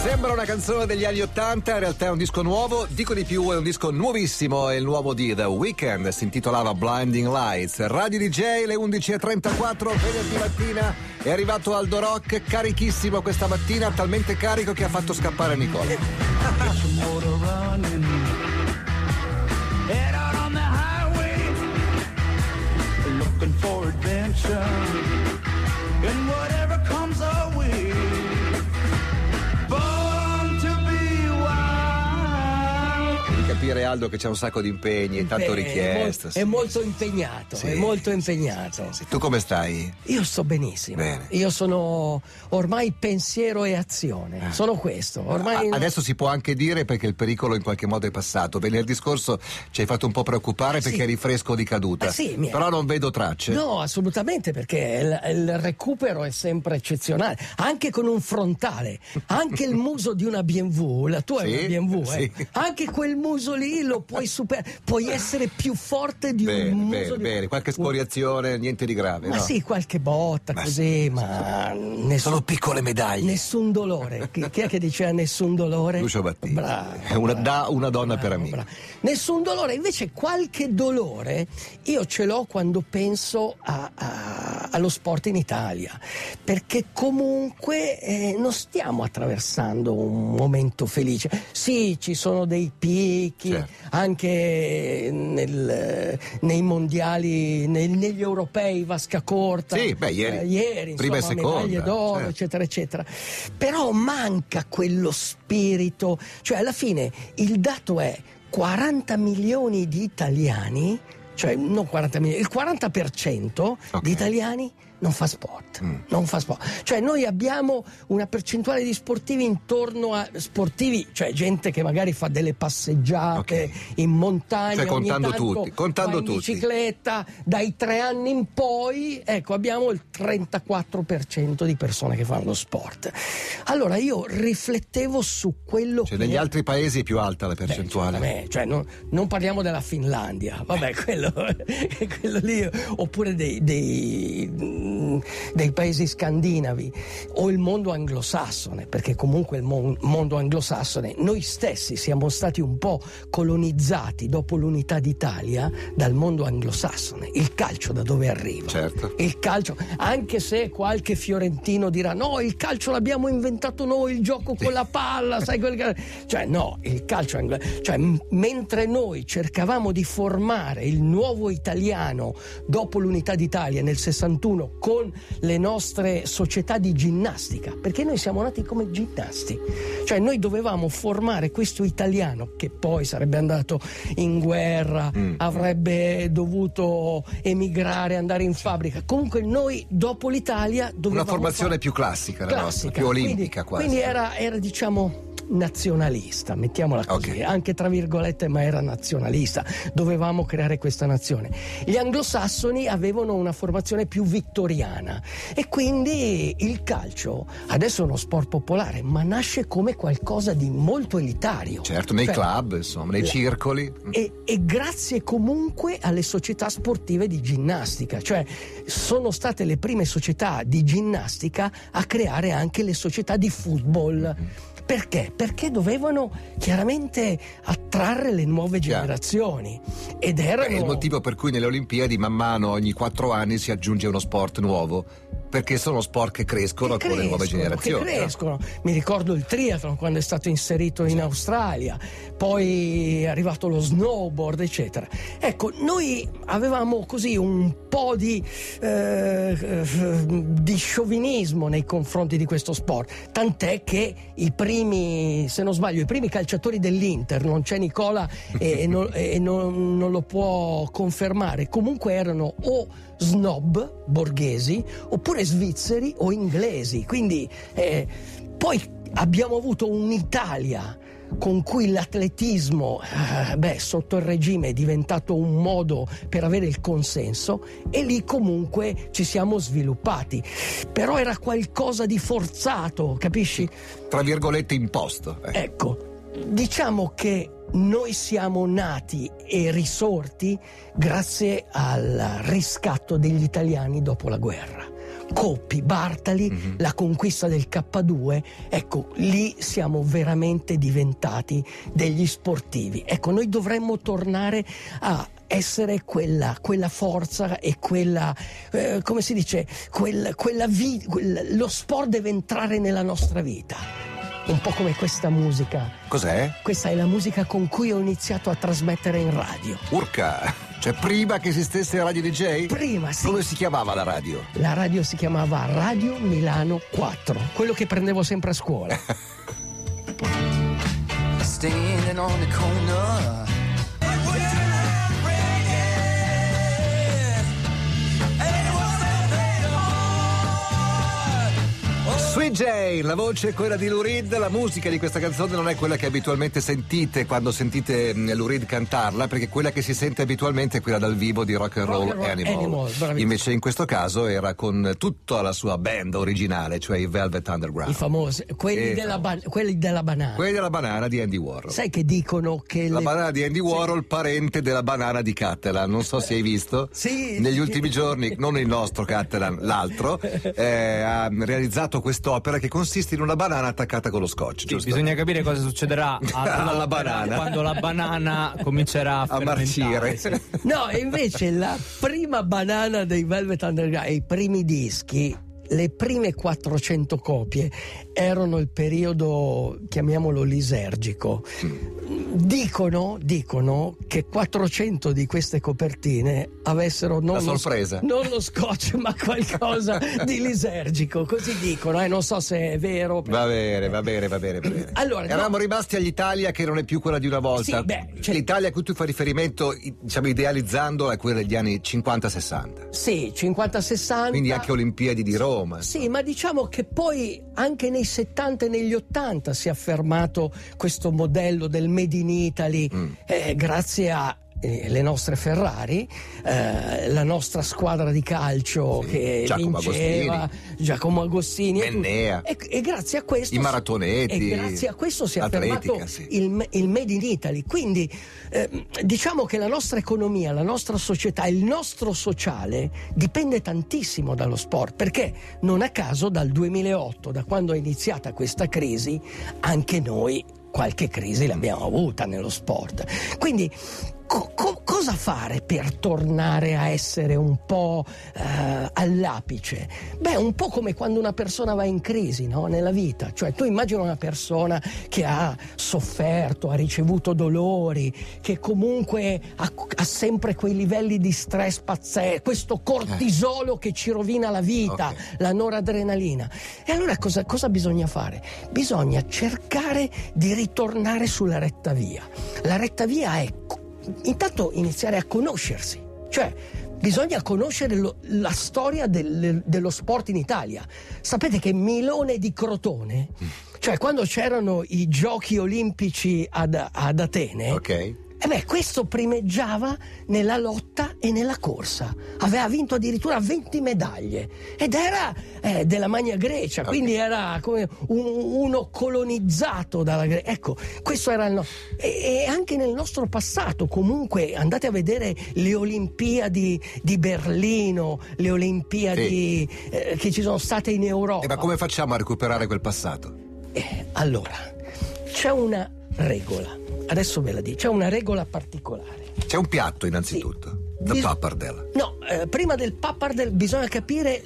Sembra una canzone degli anni '80, in realtà è un disco nuovo, dico di più, è un disco nuovissimo, è il nuovo di The Weeknd, si intitolava Blinding Lights. Radio DJ, le 11.34, venerdì mattina, è arrivato Aldo Rock, carichissimo questa mattina, talmente carico che ha fatto scappare Nicola. Capire, Aldo, che c'è un sacco di impegni e tanto richieste. È molto impegnato, sì, è molto impegnato. Sì. Tu come stai? Io sto benissimo. Bene. Io sono ormai pensiero e azione. Sono questo. Ormai adesso si può anche dire, perché il pericolo in qualche modo è passato. Venerdì scorso ci hai fatto un po' preoccupare perché eri fresco di caduta. Però non vedo tracce. No, assolutamente, perché il recupero è sempre eccezionale. Anche con un frontale, anche il muso di una BMW, la tua è una BMW, sì. Anche quel muso lì lo puoi superare, puoi essere più forte di un muso bene. Qualche scoriazione, niente di grave, ma no? sì, qualche botta così, ma sono piccole medaglie. Nessun dolore. Chi è che diceva nessun dolore? Lucio Battini. Bravo, una donna per amico. Bravo. Nessun dolore, invece qualche dolore io ce l'ho quando penso allo sport in Italia, perché comunque non stiamo attraversando un momento felice. Sì, ci sono dei picchi, certo, anche nei mondiali, negli europei, vasca corta. Sì, ieri prima e seconda, medaglie d'oro, certo, eccetera, eccetera. Però manca quello spirito, cioè alla fine il dato è 40 milioni di italiani, cioè non 40 milioni, il 40% di italiani non fa sport. Non fa sport. Cioè noi abbiamo una percentuale di sportivi intorno a sportivi, cioè gente che magari fa delle passeggiate in montagna, cioè contando in bicicletta, dai 3 anni in poi, ecco, abbiamo il 34% di persone che fanno sport. Allora io riflettevo su quello che negli altri paesi è più alta la percentuale. Cioè non parliamo della Finlandia, vabbè, quello lì, oppure dei paesi scandinavi o il mondo anglosassone, perché comunque il mondo anglosassone, noi stessi siamo stati un po' colonizzati dopo l'unità d'Italia dal mondo anglosassone. Il calcio da dove arriva? Certo. Il calcio, anche se qualche fiorentino dirà no, il calcio l'abbiamo inventato noi, il gioco con la palla, sai quel che... Cioè no, il calcio cioè mentre noi cercavamo di formare il nuovo italiano dopo l'unità d'Italia nel 61 con le nostre società di ginnastica, perché noi siamo nati come ginnasti, cioè noi dovevamo formare questo italiano che poi sarebbe andato in guerra, avrebbe dovuto emigrare, andare in fabbrica. Comunque noi dopo l'Italia dovevamo una formazione più classica, la nostra, più olimpica, quasi. Quindi era diciamo nazionalista, mettiamola così, anche tra virgolette, ma era nazionalista. Dovevamo creare questa nazione. Gli anglosassoni avevano una formazione più vittoriana e quindi il calcio adesso è uno sport popolare, ma nasce come qualcosa di molto elitario. Certo, nei club, insomma, nei circoli. E grazie comunque alle società sportive di ginnastica, cioè sono state le prime società di ginnastica a creare anche le società di football. Perché? Perché dovevano chiaramente attrarre le nuove generazioni ed erano... È il motivo per cui nelle Olimpiadi man mano ogni 4 anni si aggiunge uno sport nuovo, perché sono sport che crescono con le nuove generazioni. Che crescono. Mi ricordo il triathlon quando è stato inserito in Australia, poi è arrivato lo snowboard, eccetera. Ecco, noi avevamo così un po' di sciovinismo nei confronti di questo sport, tant'è che i primi, se non sbaglio, i primi calciatori dell'Inter, non c'è Nicola e non lo può confermare, comunque erano o snob borghesi oppure svizzeri o inglesi, quindi poi abbiamo avuto un'Italia con cui l'atletismo sotto il regime è diventato un modo per avere il consenso e lì comunque ci siamo sviluppati, però era qualcosa di forzato, capisci? Tra virgolette imposto. Ecco, diciamo che noi siamo nati e risorti grazie al riscatto degli italiani dopo la guerra. Coppi, Bartali, la conquista del K2, ecco, lì siamo veramente diventati degli sportivi. Ecco, noi dovremmo tornare a essere quella forza e quella, come si dice, lo sport deve entrare nella nostra vita. Un po' come questa musica. Cos'è? Questa è la musica con cui ho iniziato a trasmettere in radio. Urca! Cioè prima che esistesse Radio DJ? Prima, sì. Come si chiamava la radio? La radio si chiamava Radio Milano 4, quello che prendevo sempre a scuola. Standing on the corner. Sweet Jane, la voce è quella di Lou Reed, la musica di questa canzone non è quella che abitualmente sentite quando sentite Lou Reed cantarla, perché quella che si sente abitualmente è quella dal vivo di Rock and Roll Animal. Invece in questo caso era con tutta la sua band originale, cioè i Velvet Underground. I famosi, quelli della banana. Quelli della banana di Andy Warhol. Sai che dicono che la banana di Andy Warhol, parente della banana di Catalan, non so se hai visto. Sì. Negli ultimi giorni, non il nostro Catalan, l'altro, ha realizzato quest'opera che consiste in una banana attaccata con lo scotch. Sì, bisogna capire cosa succederà alla banana quando la banana comincerà a marcire. Sì. No, invece la prima banana dei Velvet Underground, i primi dischi, le prime 400 copie erano il periodo, chiamiamolo lisergico. Dicono che 400 di queste copertine avessero non lo scotch, ma qualcosa di lisergico, così dicono, non so se è vero. Va bene. Allora, eravamo rimasti all'Italia che non è più quella di una volta. Sì, l'Italia a cui tu fai riferimento, diciamo idealizzando, è quella degli anni 50-60. Sì, 50-60. Quindi anche Olimpiadi di Roma. Sì, ma diciamo che poi anche nei 70 e negli 80 si è affermato questo modello del Made in Italy, grazie a le nostre Ferrari, la nostra squadra di calcio che vinceva, Giacomo Agostini Mennea, e grazie a questo i maratoneti, e grazie a questo si è affermato il Made in Italy. Quindi diciamo che la nostra economia, la nostra società, il nostro sociale dipende tantissimo dallo sport, perché non a caso dal 2008, da quando è iniziata questa crisi, anche noi qualche crisi l'abbiamo avuta nello sport. Quindi cosa fare per tornare a essere un po' all'apice? Beh, un po' come quando una persona va in crisi, no? Nella vita. Cioè, tu immagina una persona che ha sofferto, ha ricevuto dolori, che comunque ha sempre quei livelli di stress pazzesco, questo cortisolo che ci rovina la vita, la noradrenalina. E allora cosa bisogna fare? Bisogna cercare di ritornare sulla retta via. La retta via è intanto iniziare a conoscersi, cioè bisogna conoscere la storia dello sport in Italia. Sapete che Milone di Crotone, cioè quando c'erano i giochi olimpici ad Atene, questo primeggiava nella lotta e nella corsa, aveva vinto addirittura 20 medaglie ed era della Magna Grecia, quindi era come uno colonizzato dalla Grecia. Ecco, questo era e anche nel nostro passato, comunque andate a vedere le Olimpiadi di Berlino, le Olimpiadi che ci sono state in Europa. Ma come facciamo a recuperare quel passato? Allora, c'è una regola. Adesso ve la dico, c'è una regola particolare. C'è un piatto innanzitutto, la pappardelle. No, prima del pappardelle bisogna capire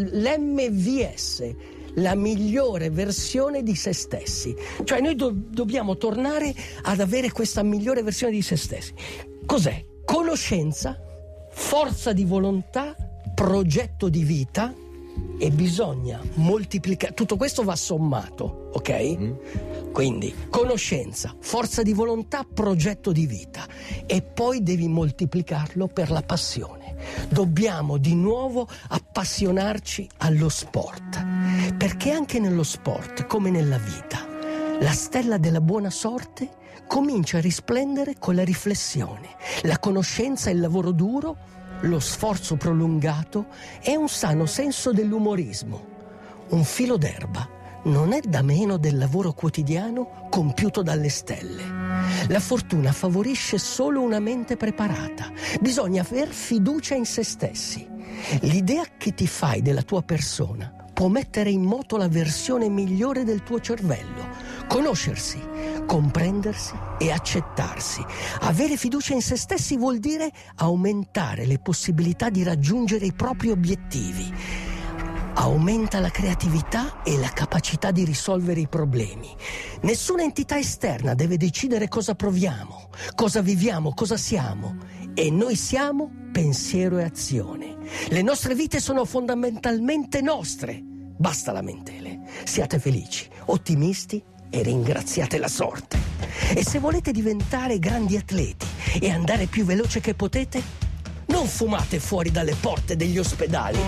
l'MVS, la migliore versione di se stessi. Cioè noi dobbiamo tornare ad avere questa migliore versione di se stessi. Cos'è? Conoscenza, forza di volontà, progetto di vita, e bisogna moltiplicare. Tutto questo va sommato, ok? Quindi conoscenza, forza di volontà, progetto di vita, e poi devi moltiplicarlo per la passione. Dobbiamo di nuovo appassionarci allo sport, perché anche nello sport, come nella vita, la stella della buona sorte comincia a risplendere con la riflessione, la conoscenza e il lavoro duro, lo sforzo prolungato e un sano senso dell'umorismo. Un filo d'erba non è da meno del lavoro quotidiano compiuto dalle stelle. La fortuna favorisce solo una mente preparata. Bisogna aver fiducia in se stessi. L'idea che ti fai della tua persona può mettere in moto la versione migliore del tuo cervello. Conoscersi, comprendersi e accettarsi. Avere fiducia in se stessi vuol dire aumentare le possibilità di raggiungere i propri obiettivi. Aumenta la creatività e la capacità di risolvere i problemi. Nessuna entità esterna deve decidere cosa proviamo, cosa viviamo, cosa siamo. E noi siamo pensiero e azione. Le nostre vite sono fondamentalmente nostre. Basta lamentele. Siate felici, ottimisti e ringraziate la sorte. E se volete diventare grandi atleti e andare più veloce che potete, non fumate fuori dalle porte degli ospedali.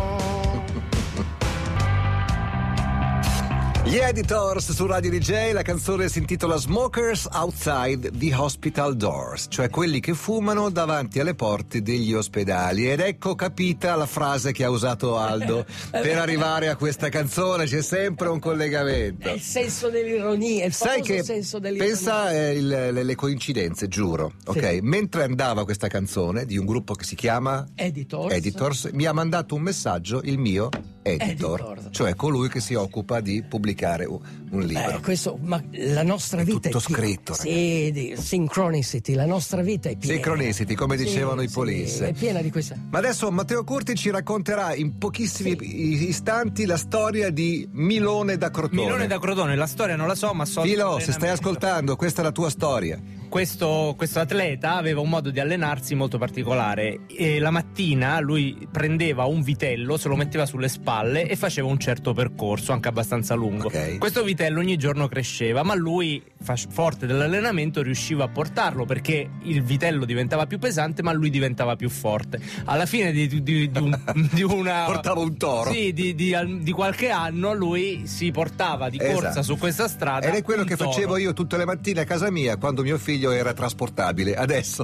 Gli Editors su Radio DJ, la canzone si intitola Smokers Outside the Hospital Doors, cioè quelli che fumano davanti alle porte degli ospedali. Ed ecco capita la frase che ha usato Aldo per arrivare a questa canzone, c'è sempre un collegamento. È il senso dell'ironia, il Sai famoso che senso dell'ironia. pensa le coincidenze, giuro, ok? Mentre andava questa canzone di un gruppo che si chiama Editors, mi ha mandato un messaggio il mio editor, cioè colui che si occupa di pubblicare un libro. Ma la nostra vita tutto è scritto. Sì, di synchronicity, la nostra vita è piena. Synchronicity, come dicevano i Police. È piena di questa. Ma adesso Matteo Curti ci racconterà in pochissimi istanti la storia di Milone da Crotone. Milone da Crotone, la storia non la so, ma so. Filo, se stai ascoltando, questa è la tua storia. Questo atleta aveva un modo di allenarsi molto particolare e la mattina lui prendeva un vitello, se lo metteva sulle spalle e faceva un certo percorso, anche abbastanza lungo. Okay. Questo vitello ogni giorno cresceva, ma lui, forte dell'allenamento, riusciva a portarlo perché il vitello diventava più pesante, ma lui diventava più forte. Alla fine di una portava un toro. Sì, di qualche anno lui si portava di corsa su questa strada. Ed è quello che toro. facevo io tutte le mattine a casa mia quando mio figlio era trasportabile. Adesso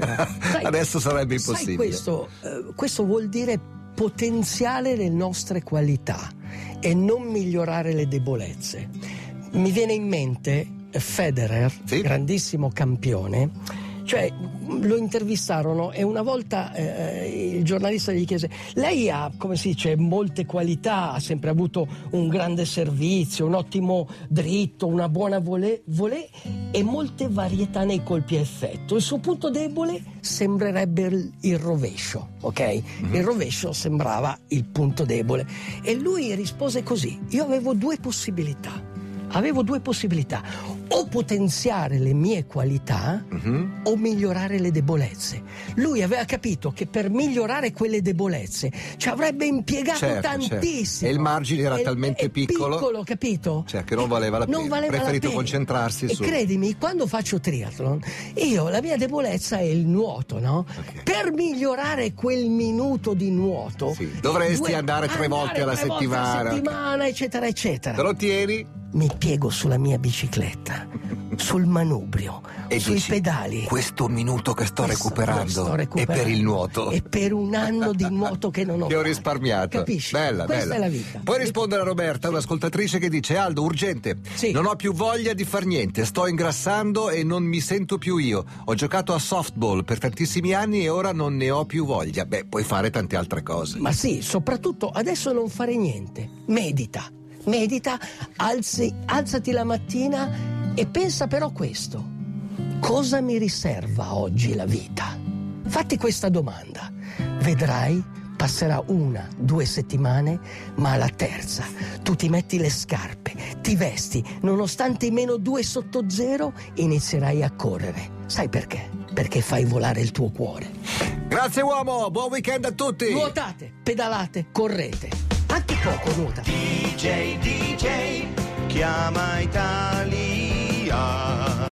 adesso sarebbe impossibile. Sai, questo vuol dire potenziale le nostre qualità e non migliorare le debolezze. Mi viene in mente Federer, grandissimo campione. Cioè, lo intervistarono e una volta il giornalista gli chiese: lei ha, come si dice, molte qualità, ha sempre avuto un grande servizio, un ottimo dritto, una buona volée e molte varietà nei colpi a effetto. Il suo punto debole sembrerebbe il rovescio, ok? Mm-hmm. Il rovescio sembrava il punto debole. E lui rispose così: io avevo due possibilità, o potenziare le mie qualità o migliorare le debolezze. Lui aveva capito che per migliorare quelle debolezze ci avrebbe impiegato tantissimo. Certo. E il margine era talmente piccolo, capito? Cioè che non valeva la pena. Preferito concentrarsi su. E credimi, quando faccio triathlon, la mia debolezza è il nuoto, no? Okay. Per migliorare quel minuto di nuoto dovresti andare 3 volte alla settimana, eccetera, eccetera. Te lo tieni? Mi piego sulla mia bicicletta, sul manubrio, sui pedali. Questo minuto che sto recuperando è per il nuoto. È per un anno di nuoto che non ho. Che ho risparmiato. Capisci? Bella. È la vita. Puoi rispondere a Roberta, un'ascoltatrice che dice: Aldo, urgente. Non ho più voglia di far niente, sto ingrassando e non mi sento più io. Ho giocato a softball per tantissimi anni e ora non ne ho più voglia. Beh, puoi fare tante altre cose. Ma sì, soprattutto adesso non fare niente. Medita, alzati la mattina e pensa però questo: cosa mi riserva oggi la vita? Fatti questa domanda, vedrai, passerà 1-2 settimane, ma alla terza tu ti metti le scarpe, ti vesti, nonostante i -2 sotto zero, inizierai a correre. Sai perché? Perché fai volare il tuo cuore. Grazie uomo, buon weekend a tutti. Nuotate, pedalate, correte. Anche poco nuota. DJ, chiama Italia.